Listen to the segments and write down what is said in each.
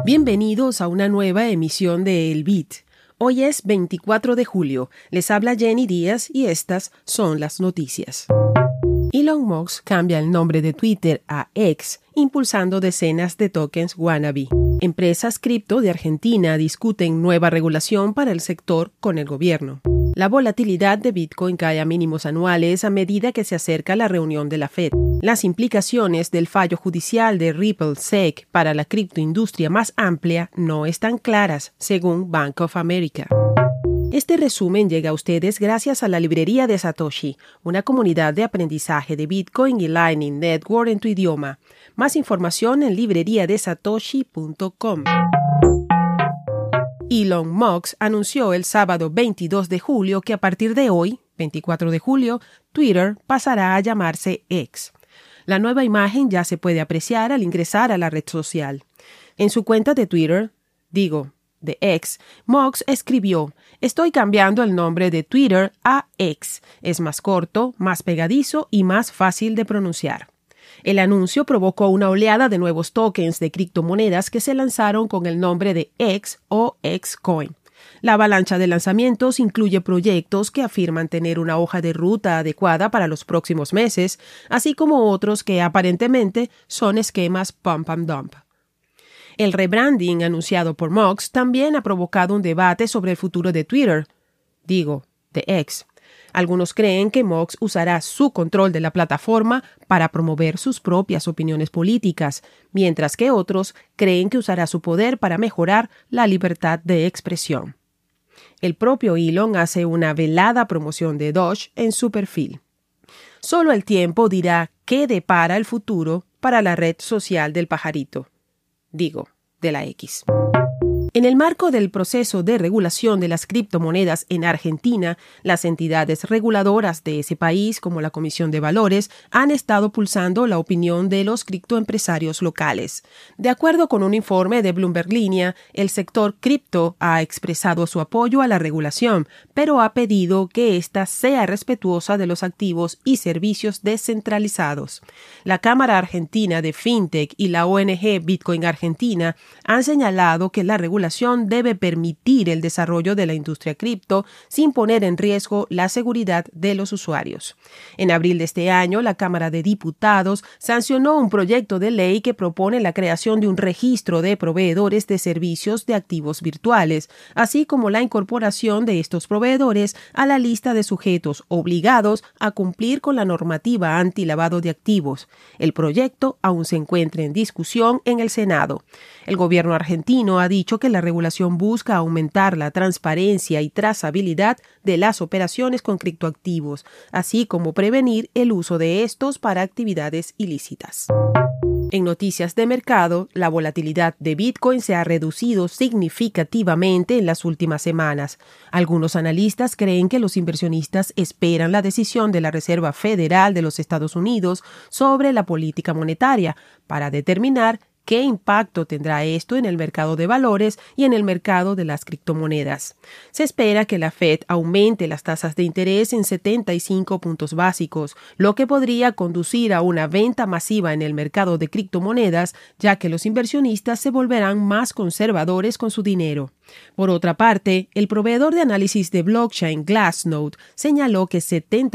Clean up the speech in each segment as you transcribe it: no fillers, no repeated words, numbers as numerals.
Bienvenidos a una nueva emisión de El Beat. Hoy es 24 de julio. Les habla Jenny Díaz y estas son las noticias. Elon Musk cambia el nombre de Twitter a X, impulsando decenas de tokens wannabe. Empresas cripto de Argentina discuten nueva regulación para el sector con el gobierno. La volatilidad de Bitcoin cae a mínimos anuales a medida que se acerca la reunión de la Fed. Las implicaciones del fallo judicial de Ripple SEC para la criptoindustria más amplia no están claras, según Bank of America. Este resumen llega a ustedes gracias a la librería de Satoshi, una comunidad de aprendizaje de Bitcoin y Lightning Network en tu idioma. Más información en libreriadesatoshi.com. Elon Musk anunció el sábado 22 de julio que a partir de hoy, 24 de julio, Twitter pasará a llamarse X. La nueva imagen ya se puede apreciar al ingresar a la red social. En su cuenta de Twitter, de X, Musk escribió: "Estoy cambiando el nombre de Twitter a X. Es más corto, más pegadizo y más fácil de pronunciar". El anuncio provocó una oleada de nuevos tokens de criptomonedas que se lanzaron con el nombre de X o Xcoin. La avalancha de lanzamientos incluye proyectos que afirman tener una hoja de ruta adecuada para los próximos meses, así como otros que aparentemente son esquemas pump and dump. El rebranding anunciado por Musk también ha provocado un debate sobre el futuro de Twitter, de X. Algunos creen que Musk usará su control de la plataforma para promover sus propias opiniones políticas, mientras que otros creen que usará su poder para mejorar la libertad de expresión. El propio Elon hace una velada promoción de Doge en su perfil. Solo el tiempo dirá qué depara el futuro para la red social del pajarito, de la X. En el marco del proceso de regulación de las criptomonedas en Argentina, las entidades reguladoras de ese país, como la Comisión de Valores, han estado pulsando la opinión de los criptoempresarios locales. De acuerdo con un informe de Bloomberg Línea, el sector cripto ha expresado su apoyo a la regulación, pero ha pedido que ésta sea respetuosa de los activos y servicios descentralizados. La Cámara Argentina de FinTech y la ONG Bitcoin Argentina han señalado que la regulación debe permitir el desarrollo de la industria cripto sin poner en riesgo la seguridad de los usuarios. En abril de este año, la Cámara de Diputados sancionó un proyecto de ley que propone la creación de un registro de proveedores de servicios de activos virtuales, así como la incorporación de estos proveedores a la lista de sujetos obligados a cumplir con la normativa antilavado de activos. El proyecto aún se encuentra en discusión en el Senado. El gobierno argentino ha dicho que la regulación busca aumentar la transparencia y trazabilidad de las operaciones con criptoactivos, así como prevenir el uso de estos para actividades ilícitas. En noticias de mercado, la volatilidad de Bitcoin se ha reducido significativamente en las últimas semanas. Algunos analistas creen que los inversionistas esperan la decisión de la Reserva Federal de los Estados Unidos sobre la política monetaria para determinar ¿qué impacto tendrá esto en el mercado de valores y en el mercado de las criptomonedas? Se espera que la Fed aumente las tasas de interés en 75 puntos básicos, lo que podría conducir a una venta masiva en el mercado de criptomonedas, ya que los inversionistas se volverán más conservadores con su dinero. Por otra parte, el proveedor de análisis de blockchain Glassnode señaló que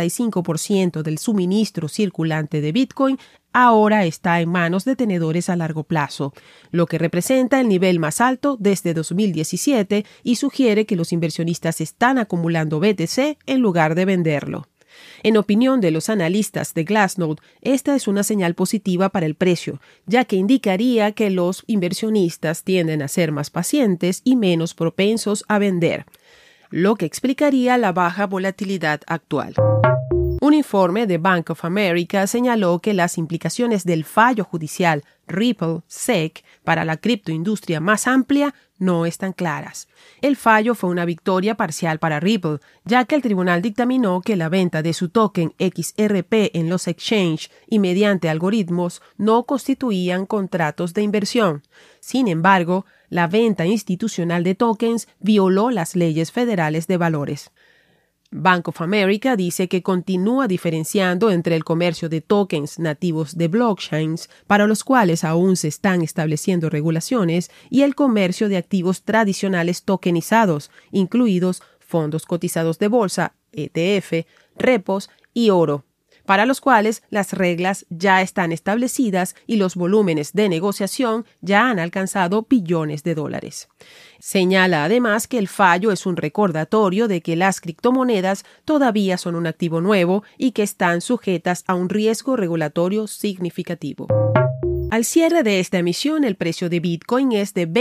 75% del suministro circulante de Bitcoin ahora está en manos de tenedores a largo plazo, lo que representa el nivel más alto desde 2017 y sugiere que los inversionistas están acumulando BTC en lugar de venderlo. En opinión de los analistas de Glassnode, esta es una señal positiva para el precio, ya que indicaría que los inversionistas tienden a ser más pacientes y menos propensos a vender, lo que explicaría la baja volatilidad actual. Un informe de Bank of America señaló que las implicaciones del fallo judicial Ripple SEC para la criptoindustria más amplia no están claras. El fallo fue una victoria parcial para Ripple, ya que el tribunal dictaminó que la venta de su token XRP en los exchanges y mediante algoritmos no constituían contratos de inversión. Sin embargo, la venta institucional de tokens violó las leyes federales de valores. Bank of America dice que continúa diferenciando entre el comercio de tokens nativos de blockchains, para los cuales aún se están estableciendo regulaciones, y el comercio de activos tradicionales tokenizados, incluidos fondos cotizados de bolsa, ETF, repos y oro, para los cuales las reglas ya están establecidas y los volúmenes de negociación ya han alcanzado billones de dólares. Señala además que el fallo es un recordatorio de que las criptomonedas todavía son un activo nuevo y que están sujetas a un riesgo regulatorio significativo. Al cierre de esta emisión, el precio de Bitcoin es de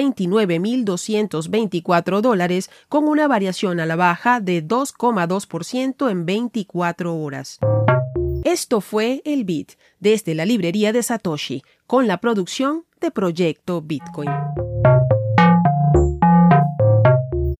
$29,224, con una variación a la baja de 2,2% en 24 horas. Esto fue el Bit, desde la librería de Satoshi, con la producción de Proyecto Bitcoin.